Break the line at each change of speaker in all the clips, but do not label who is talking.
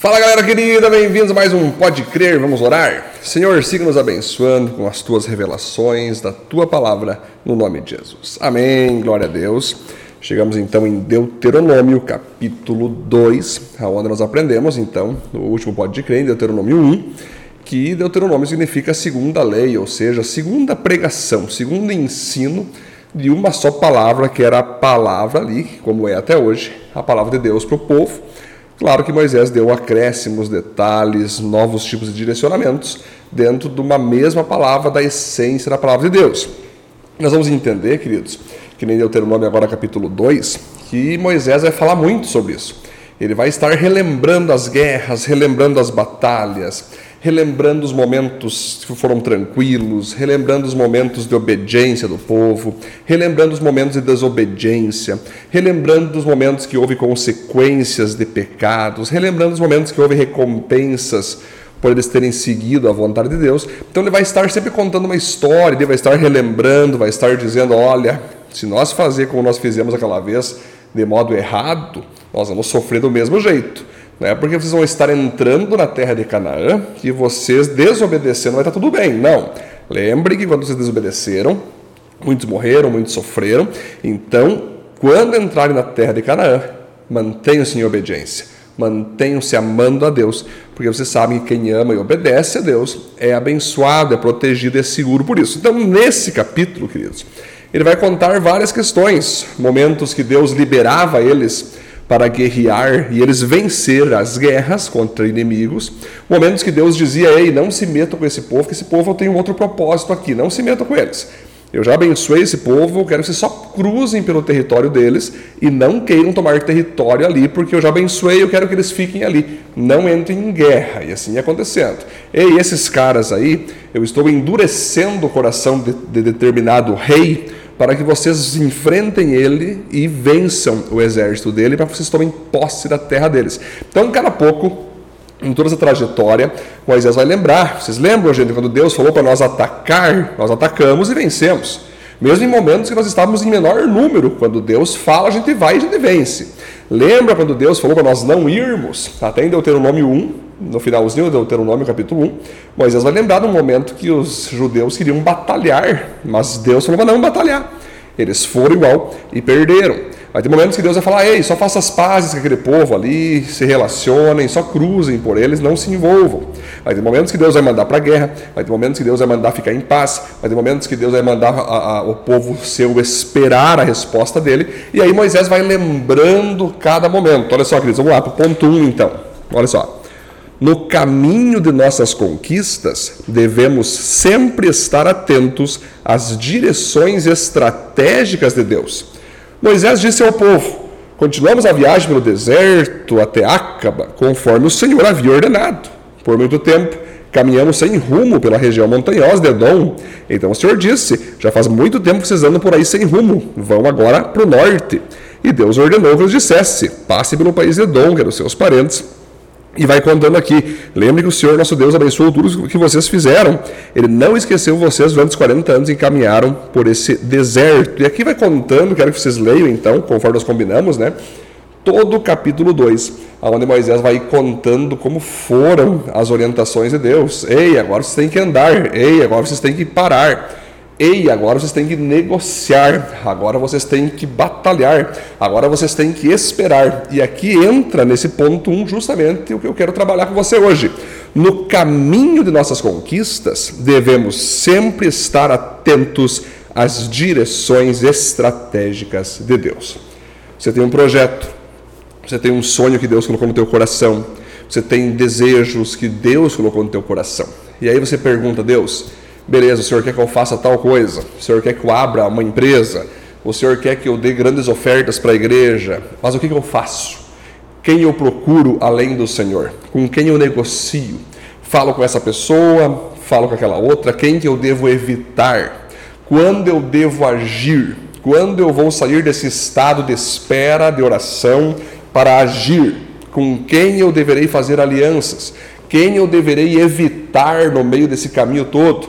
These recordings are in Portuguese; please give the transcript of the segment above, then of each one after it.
Fala galera querida, bem-vindos a mais um Pode Crer, vamos orar? Senhor, siga nos abençoando com as Tuas revelações da Tua Palavra, no nome de Jesus. Amém, glória a Deus. Chegamos então em Deuteronômio, capítulo 2, onde nós aprendemos então, no último Pode Crer, em Deuteronômio 1, que Deuteronômio significa a segunda lei, ou seja, a segunda pregação, segundo ensino de uma só palavra, que era a palavra ali, como é até hoje, a palavra de Deus para o povo. Claro que Moisés deu acréscimos, detalhes, novos tipos de direcionamentos dentro de uma mesma palavra, da essência da palavra de Deus. Nós vamos entender, queridos, que nem Deuteronômio agora capítulo 2, que Moisés vai falar muito sobre isso. Ele vai estar relembrando as guerras, relembrando as batalhas, relembrando os momentos que foram tranquilos, relembrando os momentos de obediência do povo, relembrando os momentos de desobediência, relembrando os momentos que houve consequências de pecados, relembrando os momentos que houve recompensas por eles terem seguido a vontade de Deus. Então ele vai estar sempre contando uma história, ele vai estar relembrando, vai estar dizendo, olha, se nós fazer como nós fizemos aquela vez, de modo errado, nós vamos sofrer do mesmo jeito. Não é porque vocês vão estar entrando na terra de Canaã que vocês desobedecendo vai estar tudo bem. Não. Lembre que quando vocês desobedeceram, muitos morreram, muitos sofreram. Então, quando entrarem na terra de Canaã, mantenham-se em obediência. Mantenham-se amando a Deus. Porque vocês sabem que quem ama e obedece a Deus é abençoado, é protegido, é seguro por isso. Então, nesse capítulo, queridos, ele vai contar várias questões. Momentos que Deus liberava eles para guerrear e eles vencer as guerras contra inimigos. Momentos que Deus dizia, ei, não se metam com esse povo, que esse povo tem um outro propósito aqui, não se metam com eles. Eu já abençoei esse povo, eu quero que vocês só cruzem pelo território deles e não queiram tomar território ali, porque eu já abençoei, eu quero que eles fiquem ali, não entrem em guerra, e assim acontecendo. Ei, esses caras aí, eu estou endurecendo o coração de determinado rei, para que vocês enfrentem ele e vençam o exército dele, para que vocês tomem posse da terra deles. Então, cada pouco, em toda essa trajetória, Moisés vai lembrar. Vocês lembram, gente, quando Deus falou para nós atacar, nós atacamos e vencemos. Mesmo em momentos que nós estávamos em menor número, quando Deus fala, a gente vai e a gente vence. Lembra quando Deus falou para nós não irmos? Até em Deuteronômio 1, no finalzinho de Deuteronômio capítulo 1, Moisés vai lembrar de um momento que os judeus queriam batalhar, mas Deus falou para não batalhar. Eles foram igual e perderam. Vai ter momentos que Deus vai falar, ei, só faça as pazes com aquele povo ali, se relacionem, só cruzem por eles, não se envolvam. Vai ter momentos que Deus vai mandar para a guerra, vai ter momentos que Deus vai mandar ficar em paz, vai ter momentos que Deus vai mandar o povo seu esperar a resposta dele, e aí Moisés vai lembrando cada momento. Olha só, queridos, vamos lá para o ponto 1 então. Olha só. No caminho de nossas conquistas, devemos sempre estar atentos às direções estratégicas de Deus. Moisés disse ao povo, continuamos a viagem pelo deserto até Acaba, conforme o Senhor havia ordenado. Por muito tempo, caminhamos sem rumo pela região montanhosa de Edom. Então o Senhor disse, já faz muito tempo que vocês andam por aí sem rumo, vão agora para o norte. E Deus ordenou que os dissesse, passe pelo país de Edom, que eram seus parentes. E vai contando aqui, lembre que o Senhor nosso Deus abençoou tudo o que vocês fizeram. Ele não esqueceu vocês durante os 40 anos em que caminharam por esse deserto. E aqui vai contando, quero que vocês leiam então, conforme nós combinamos, né? Todo o capítulo 2, onde Moisés vai contando como foram as orientações de Deus. Ei, agora vocês têm que andar. Ei, agora vocês têm que parar. Ei, agora vocês têm que negociar, agora vocês têm que batalhar, agora vocês têm que esperar. E aqui entra nesse ponto 1 justamente o que eu quero trabalhar com você hoje. No caminho de nossas conquistas, devemos sempre estar atentos às direções estratégicas de Deus. Você tem um projeto, você tem um sonho que Deus colocou no teu coração, você tem desejos que Deus colocou no teu coração. E aí você pergunta, Deus, beleza, o Senhor quer que eu faça tal coisa, o Senhor quer que eu abra uma empresa, o Senhor quer que eu dê grandes ofertas para a igreja, mas o que eu faço? Quem eu procuro além do Senhor? Com quem eu negocio? Falo com essa pessoa, falo com aquela outra, quem que eu devo evitar? Quando eu devo agir? Quando eu vou sair desse estado de espera, de oração, para agir? Com quem eu deverei fazer alianças? Quem eu deverei evitar no meio desse caminho todo?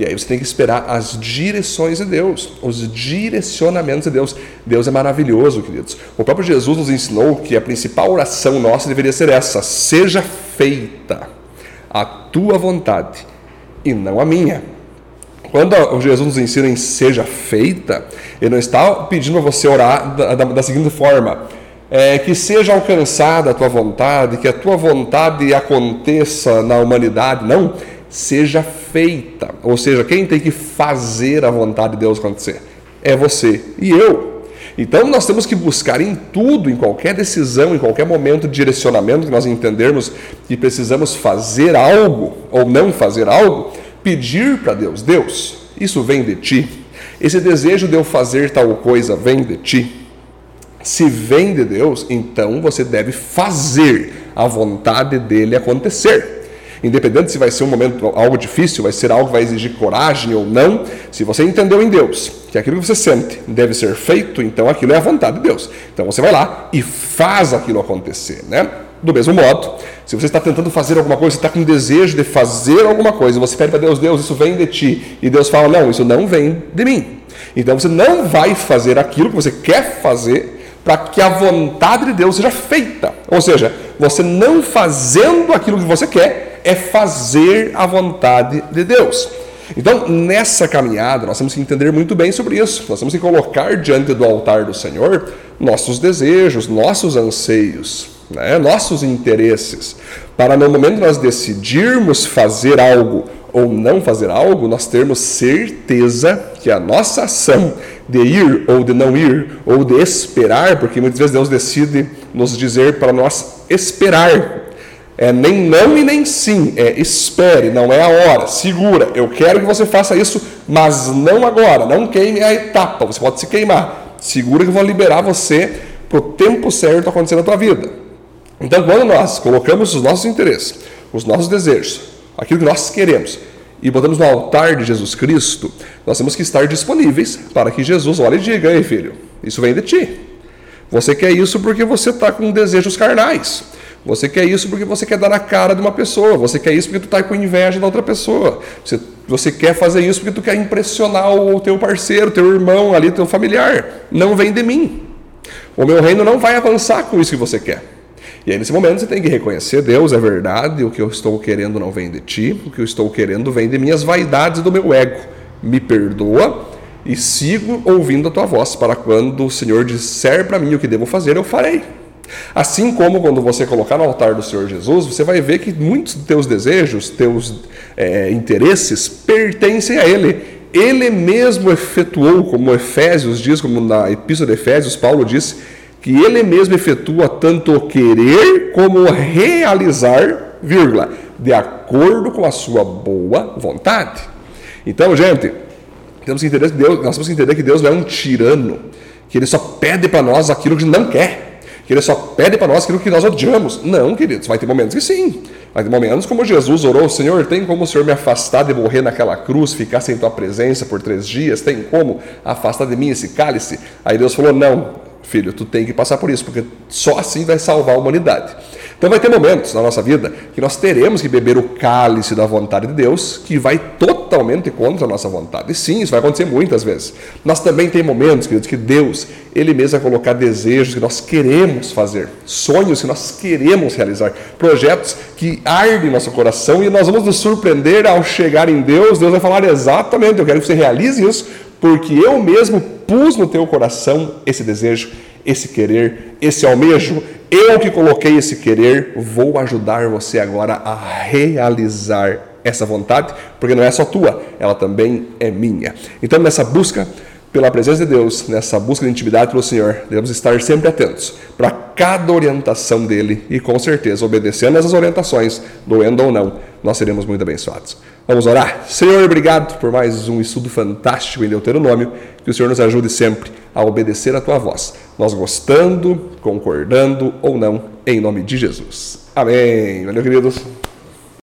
E aí você tem que esperar as direções de Deus, os direcionamentos de Deus. Deus é maravilhoso, queridos. O próprio Jesus nos ensinou que a principal oração nossa deveria ser essa: seja feita a tua vontade e não a minha. Quando Jesus nos ensina em seja feita, ele não está pedindo a você orar da seguinte forma: que seja alcançada a tua vontade, que a tua vontade aconteça na humanidade. Não, seja feita. Ou seja, quem tem que fazer a vontade de Deus acontecer? É você e eu. Então nós temos que buscar em tudo, em qualquer decisão, em qualquer momento de direcionamento que nós entendermos que precisamos fazer algo ou não fazer algo, pedir para Deus: Deus, isso vem de ti? Esse desejo de eu fazer tal coisa vem de ti? Se vem de Deus, então você deve fazer a vontade dele acontecer. Independente se vai ser um momento, algo difícil, vai ser algo que vai exigir coragem ou não, se você entendeu em Deus que aquilo que você sente deve ser feito, então aquilo é a vontade de Deus. Então você vai lá e faz aquilo acontecer, né? Do mesmo modo, se você está tentando fazer alguma coisa, você está com desejo de fazer alguma coisa, você pede para Deus: Deus, isso vem de ti. E Deus fala: não, isso não vem de mim. Então você não vai fazer aquilo que você quer fazer para que a vontade de Deus seja feita. Ou seja, você não fazendo aquilo que você quer é fazer a vontade de Deus. Então, nessa caminhada, nós temos que entender muito bem sobre isso. Nós temos que colocar diante do altar do Senhor nossos desejos, nossos anseios, né? Nossos interesses, para no momento que nós decidirmos fazer algo ou não fazer algo, nós termos certeza que a nossa ação de ir ou de não ir, ou de esperar, porque muitas vezes Deus decide nos dizer para nós esperar. Nem não e nem sim, espere, não é a hora, segura, eu quero que você faça isso, mas não agora, não queime a etapa, você pode se queimar, segura que eu vou liberar você para o tempo certo acontecer na tua vida. Então, quando nós colocamos os nossos interesses, os nossos desejos, aquilo que nós queremos, e botamos no altar de Jesus Cristo, nós temos que estar disponíveis para que Jesus olhe e diga: ei filho, isso vem de ti, você quer isso porque você está com desejos carnais. Você quer isso porque você quer dar na cara de uma pessoa. Você quer isso porque tu está com inveja da outra pessoa. Você quer fazer isso porque tu quer impressionar o teu parceiro, teu irmão ali, teu familiar. Não vem de mim. O meu reino não vai avançar com isso que você quer. E aí nesse momento você tem que reconhecer: Deus, é verdade, o que eu estou querendo não vem de ti. O que eu estou querendo vem de minhas vaidades e do meu ego. Me perdoa e sigo ouvindo a tua voz, para quando o Senhor disser para mim o que devo fazer, eu farei. Assim como quando você colocar no altar do Senhor Jesus, você vai ver que muitos dos teus desejos, teus interesses pertencem a Ele. Ele mesmo efetuou, como Efésios diz, como na Epístola de Efésios, Paulo disse, que Ele mesmo efetua tanto o querer como o realizar, vírgula, de acordo com a sua boa vontade. Então, gente, nós temos que entender que Deus não é um tirano, que Ele só pede para nós aquilo que não quer. Que Ele só pede para nós aquilo que nós odiamos. Não, queridos, vai ter momentos que sim. Vai ter momentos como Jesus orou: Senhor, tem como o Senhor me afastar de morrer naquela cruz, ficar sem tua presença por 3 dias? Tem como afastar de mim esse cálice? Aí Deus falou: não, filho, tu tem que passar por isso, porque só assim vai salvar a humanidade. Então vai ter momentos na nossa vida que nós teremos que beber o cálice da vontade de Deus, que vai totalmente contra a nossa vontade. E sim, isso vai acontecer muitas vezes. Nós também tem momentos, queridos, que Deus, Ele mesmo vai colocar desejos que nós queremos fazer, sonhos que nós queremos realizar, projetos que ardem em nosso coração, e nós vamos nos surpreender ao chegar em Deus. Deus vai falar: exatamente, eu quero que você realize isso, porque eu mesmo pus no teu coração esse desejo, esse querer, esse almejo. Eu que coloquei esse querer, vou ajudar você agora a realizar essa vontade, porque não é só tua, ela também é minha. Então, nessa busca pela presença de Deus, nessa busca de intimidade pelo Senhor, devemos estar sempre atentos para cada orientação dele, e com certeza, obedecendo essas orientações, doendo ou não, nós seremos muito abençoados. Vamos orar? Senhor, obrigado por mais um estudo fantástico em Deuteronômio. Que o Senhor nos ajude sempre a obedecer a tua voz, nós gostando, concordando ou não, em nome de Jesus. Amém. Valeu, queridos.